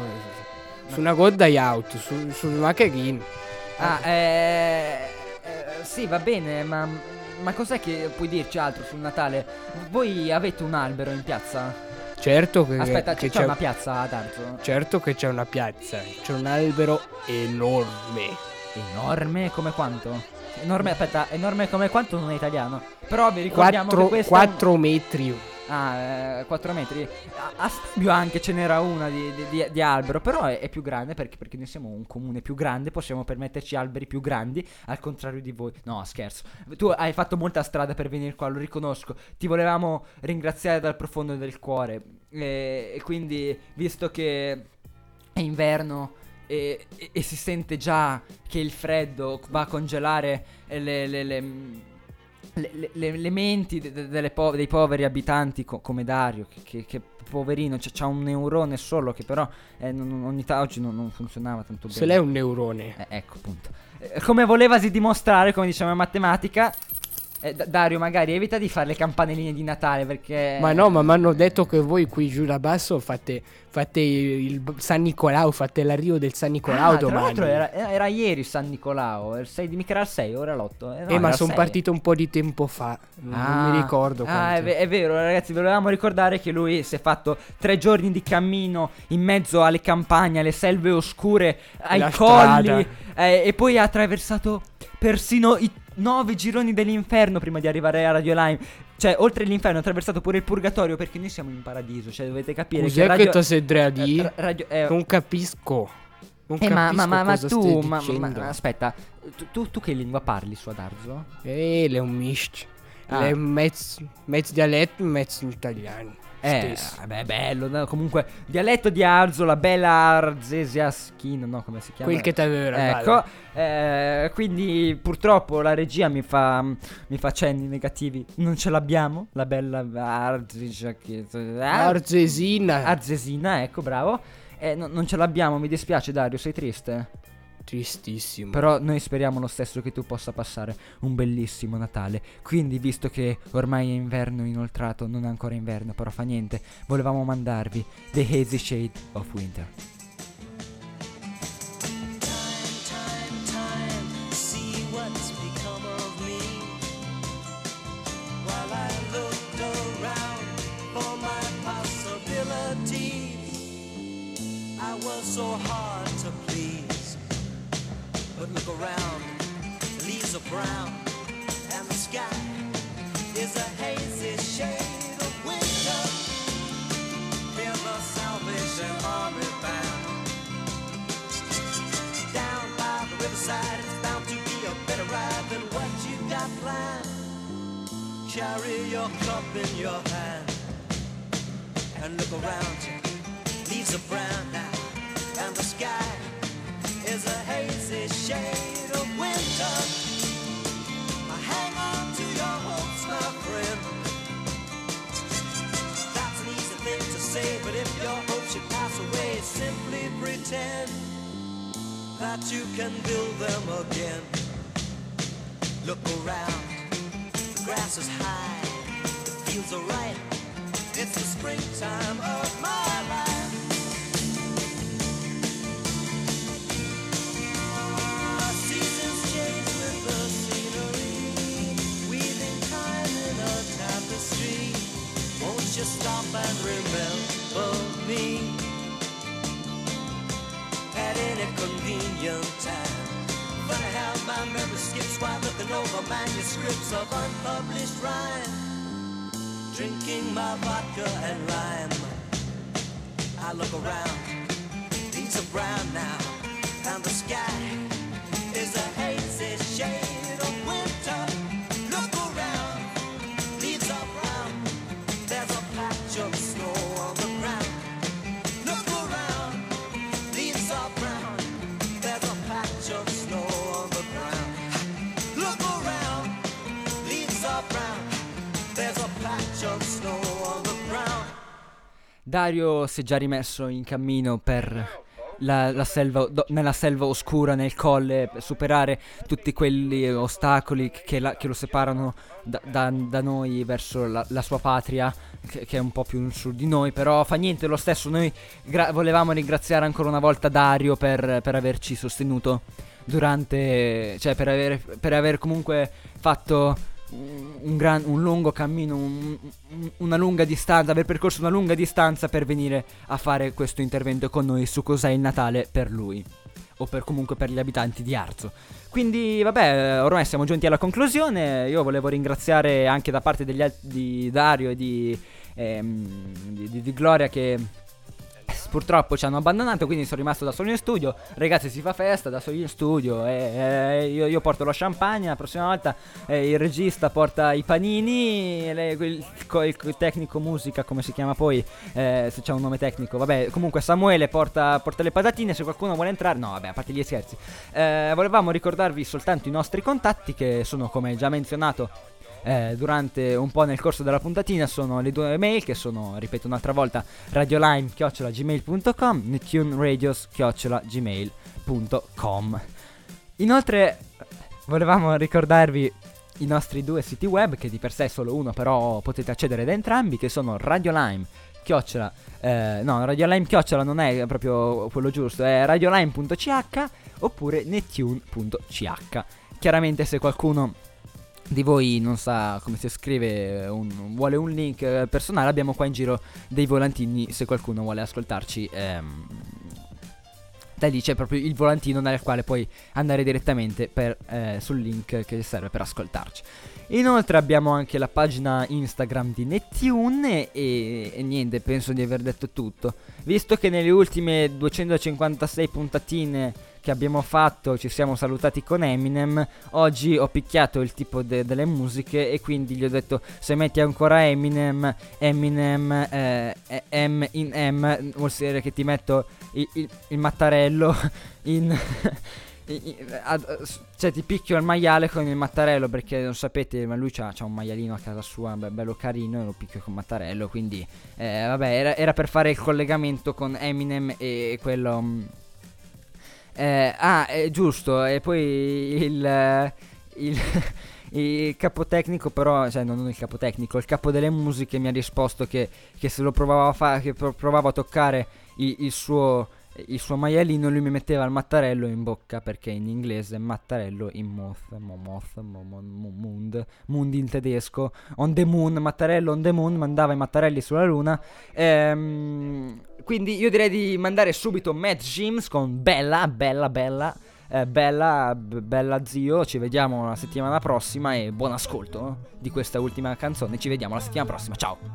Su una coda di auto, su, sul macchino. Ah, eh, eh, sì, va bene, ma, ma cos'è che puoi dirci altro sul Natale? Voi avete un albero in piazza? Certo che, Aspetta, che c'è, c'è una piazza ad Arzo? Certo che c'è una piazza. C'è un albero enorme. Enorme come quanto? Enorme, aspetta, enorme come quanto non è italiano. Però vi ricordiamo che questo quattro metri. Ah, eh, quattro metri. A, a Stabio anche ce n'era una di, di, di, di albero. Però è, è più grande perché, perché noi siamo un comune più grande. Possiamo permetterci alberi più grandi. Al contrario di voi. No, scherzo. Tu hai fatto molta strada per venire qua, lo riconosco. Ti volevamo ringraziare dal profondo del cuore. E, e quindi, visto che è inverno e, e, e si sente già che il freddo va a congelare le... le, le Le, le, le menti de, de, delle po- dei poveri abitanti co- come Dario che, che, che poverino c- c'ha un neurone solo che però eh, non, ogni ta- oggi non, non funzionava tanto bene. Se lei è un neurone. eh, ecco appunto eh, come volevasi dimostrare, come diciamo in matematica, eh, D- Dario magari evita di fare le campanelline di Natale perché Ma no, ma mi hanno detto che voi qui giù da basso fate, fate il San Nicolao, fate l'arrivo del San Nicolao ah, tra domani. l'altro era, era ieri San Nicolao, il sei di mica era il sei, ora l'otto. Eh, no, eh, ma era sono il sei. partito un po' di tempo fa. Non, non mi ricordo. Ah, è, quanto. ve- è vero, ragazzi, ve volevamo ricordare che lui si è fatto tre giorni di cammino in mezzo alle campagne, alle selve oscure, ai La colli, strada. eh, e poi ha attraversato persino i nove gironi dell'inferno prima di arrivare a Radio Lime. Cioè, oltre l'inferno, ho attraversato pure il purgatorio, perché noi siamo in paradiso. Cioè, dovete capire Cos'è che radio... che tu sei dradi? eh, radio... eh, Non capisco. Non eh, ma, capisco ma, ma, ma cosa tu, stai ma, dicendo. ma aspetta, tu, tu, tu che lingua parli su ad Arzo? Eh, le è un misto. Ah. Le è mezzo, mezzo dialetto, mezzo italiano. Eh, Stesso. beh, bello, no? Comunque, dialetto di Arzo, la bella arzesiaschina, no, come si chiama? Quel che t'aveva. Ecco, eh, quindi purtroppo la regia mi fa, mi fa cenni negativi. Non ce l'abbiamo, la bella arzesischina. Arzesina. Arzesina, ecco, bravo. Eh, no, non ce l'abbiamo, mi dispiace Dario, sei triste? Tristissimo. Però noi speriamo lo stesso che tu possa passare un bellissimo Natale. Quindi, visto che ormai è inverno inoltrato, non è ancora inverno, però fa niente, volevamo mandarvi The Hazy Shade of Winter. See what's become of me. While I looked around for my possibilities, I was so hard to please. But look around, the leaves are brown, and the sky is a hazy shade of winter. Hear the Salvation Army band. Down by the riverside, it's bound to be a better ride than what you got planned. Carry your cup in your hand and look around you. Leaves are brown now, and the sky is a hazy shade of winter. Hang on to your hopes, my friend. That's an easy thing to say, but if your hope should pass away, simply pretend that you can build them again. Look around, the grass is high, the fields are ripe. It's the springtime of my life. Seasons change with the scenery, weaving time in a tapestry. Won't you stop and remember me at any convenient time? But I have my memory skips while looking over manuscripts of unpublished rhyme, drinking my vodka and lime. I look around, leaves are brown now, and the sky is a hazy shade of winter. Look around, leaves are brown, there's a patch of snow on the ground. Look around, leaves are brown, there's a patch of snow on the ground. Look around, leaves are brown, there's a patch of snow on the ground. Dario si è già rimesso in cammino per la, la selva, do, nella selva oscura, nel colle, per superare tutti quelli ostacoli che, la, che lo separano da, da, da noi verso la, la sua patria, che, che è un po' più su di noi. Però fa niente, lo stesso noi gra- volevamo ringraziare ancora una volta Dario per, per averci sostenuto durante, cioè per aver, per aver comunque fatto un, gran, un lungo cammino, un, un, una lunga distanza, aver percorso una lunga distanza per venire a fare questo intervento con noi su cos'è il Natale per lui, o per comunque per gli abitanti di Arzo. Quindi vabbè, ormai siamo giunti alla conclusione. Io volevo ringraziare anche da parte degli alt- di Dario e di, ehm, di, di, di Gloria, che purtroppo ci hanno abbandonato, quindi sono rimasto da solo in studio. Ragazzi, si fa festa da solo in studio, e, e io, io porto lo champagne. La prossima volta eh, il regista porta i panini, le, il, il, il tecnico musica, come si chiama poi, eh, se c'è un nome tecnico, vabbè, comunque Samuele porta, porta le patatine. Se qualcuno vuole entrare, no vabbè, a parte gli scherzi, eh, volevamo ricordarvi soltanto i nostri contatti, che sono, come già menzionato Eh, durante un po' nel corso della puntatina, sono le due mail, che sono, ripeto un'altra volta, radiolime chiocciola gmail punto com, nettuneradios chiocciola gmail punto com. Inoltre volevamo ricordarvi i nostri due siti web, che di per sé è solo uno, però potete accedere da entrambi, che sono radiolime chiocciola eh, no, radiolime chiocciola non è proprio quello giusto, è radiolime punto c h oppure nettune punto c h. Chiaramente, se qualcuno di voi non sa come si scrive, un, vuole un link eh, personale, abbiamo qua in giro dei volantini se qualcuno vuole ascoltarci ehm, da lì c'è proprio il volantino dal quale puoi andare direttamente per, eh, sul link che serve per ascoltarci. Inoltre abbiamo anche la pagina Instagram di Nettune e, e niente, penso di aver detto tutto. Visto che nelle ultime duecentocinquantasei puntatine che abbiamo fatto ci siamo salutati con Eminem, oggi ho picchiato il tipo de- delle musiche e quindi gli ho detto: se metti ancora Eminem, Eminem eh, M in M vuol dire che ti metto il, il, il mattarello in... cioè ti picchio il maiale con il mattarello, perché non sapete, ma lui c'ha, c'ha un maialino a casa sua be- bello carino e lo picchio con mattarello, quindi eh, vabbè, era, era per fare il collegamento con Eminem e quello mh, eh, ah è giusto. E poi il il il capotecnico, però, cioè non il capotecnico, il capo delle musiche mi ha risposto che, che se lo provavo a fare, che pro- provavo a toccare il, il suo il suo maialino, lui mi metteva il mattarello in bocca, perché in inglese mattarello in mouth, mo, mouth, mo, mo, mo, mund, mund in tedesco, on the moon, mattarello on the moon, mandava i mattarelli sulla luna. Ehm, quindi io direi di mandare subito Matt James con Bella, Bella, Bella, eh, Bella, b- Bella zio. Ci vediamo la settimana prossima e buon ascolto di questa ultima canzone. Ci vediamo la settimana prossima, ciao.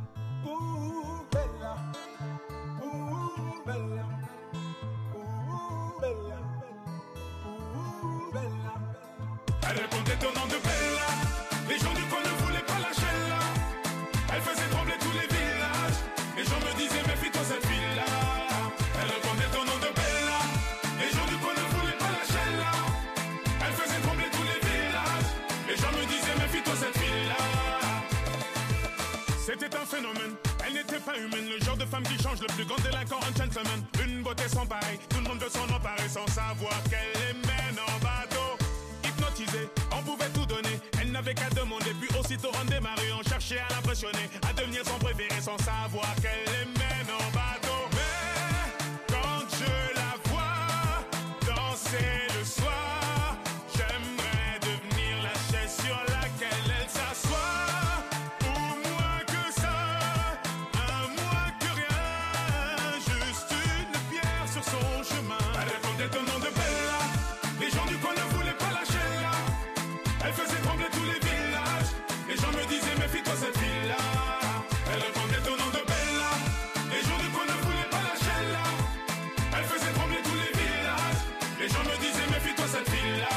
Elle répondait au nom de Bella. Les gens du coin ne voulaient pas lâcher là. Elle faisait trembler tous les villages. Les gens me disaient méfie-toi cette fille-là. Elle répondait au nom de Bella. Les gens du coin ne voulaient pas lâcher là. Elle faisait trembler tous les villages. Les gens me disaient méfie-toi cette fille-là. C'était un phénomène. Elle n'était pas humaine. Le genre de femme qui change le plus grand délinquant en gentleman. Une beauté sans pareil. Tout le monde veut s'en emparer sans savoir qu'elle les mène en bateau. On pouvait tout donner, elle n'avait qu'à demander. Puis aussitôt on démarrait, on cherchait à l'impressionner, à devenir son préféré sans savoir qu'elle les mène en bateau. Mais quand je la vois danser le soir, j'aimerais devenir la chaise sur laquelle elle s'assoit. Ou moins que ça, un moins que rien, juste une pierre sur son chemin. Elle répondait au nom de Bella. Les gens du coin ne voulaient pas lâcher là. Elle faisait trembler tous les villages. Les gens me disaient méfie-toi cette fille-là. Elle répondait au nom de Bella. Les gens du coin ne voulaient pas lâcher là. Elle faisait trembler tous les villages. Les gens me disaient méfie-toi cette fille-là.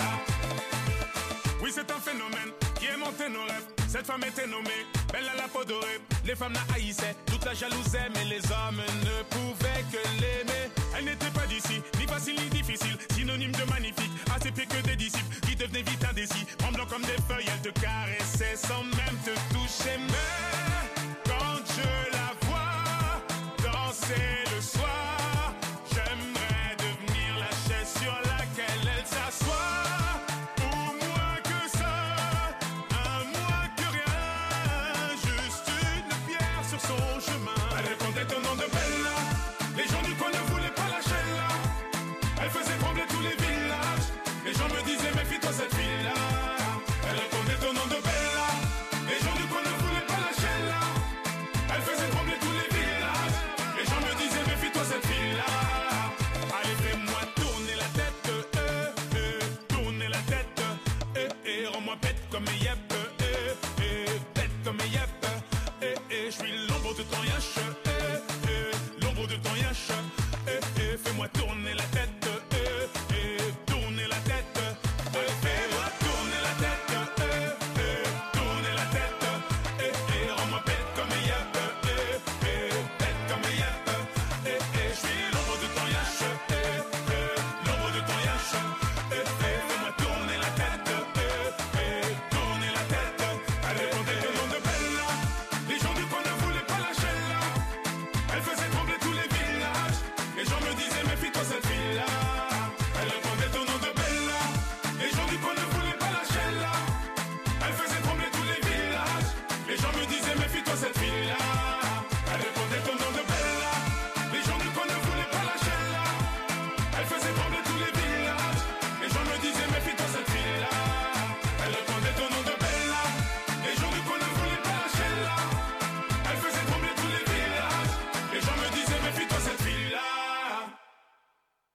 Oui, c'est un phénomène qui est monté nos rêves. Cette femme était nommée Bella la peau dorée. Les femmes la haïssaient, toute la jalousaient, mais les hommes ne pouvaient que l'aimer. Elle n'était pas d'ici, ni facile ni difficile, synonyme de magnifique, assez pire que des disciples qui devenaient vite indécis. Tremblant comme des feuilles, elle te caressait sans même te toucher. Mais quand je la vois danser le soir, j'aimerais devenir la chaise sur laquelle elle s'assoit. Ou moins que ça, un moins que rien, juste une pierre sur son chemin. Elle répondait au nom de Bella. Les gens du coin ne voulaient pas lâcher là. Elle faisait trembler tous les villages. Les gens me disaient méfie-toi cette fille-là. Elle répondait au nom de Bella. Les gens du coin ne voulaient pas lâcher là. Elle faisait trembler tous les villages. Les gens me disaient méfie-toi cette fille-là. Allez, fais-moi tourner la tête, euh, euh, tourner la tête, euh, euh, rends-moi bête comme un yep, euh, euh, bête comme un yep, euh, euh, je suis l'ombre de ton yache, euh, euh, l'ombre de ton yache, euh, euh, fais-moi tourner la tête, euh, euh, tourner la tête, euh, fais-moi tourner la tête, euh, euh, tourner la tête, euh, euh, rends-moi bête comme un yep, euh, euh, bête comme un yep, euh, euh, je suis l'ombre de ton yache, euh, euh, l'ombre de ton yache, euh, euh, fais-moi tourner la tête, euh, euh, tourner la tête. Elle répondait au nom de Bella. Les gens du coin ne voulaient pas lâcher là. Elle faisait trembler tous les villages. Les gens me disaient méfie-toi cette fille-là. Elle répondait au nom de Bella. Les gens du coin ne voulaient pas lâcher là. Elle faisait trembler tous les villages. Les gens me disaient méfie-toi cette fille-là.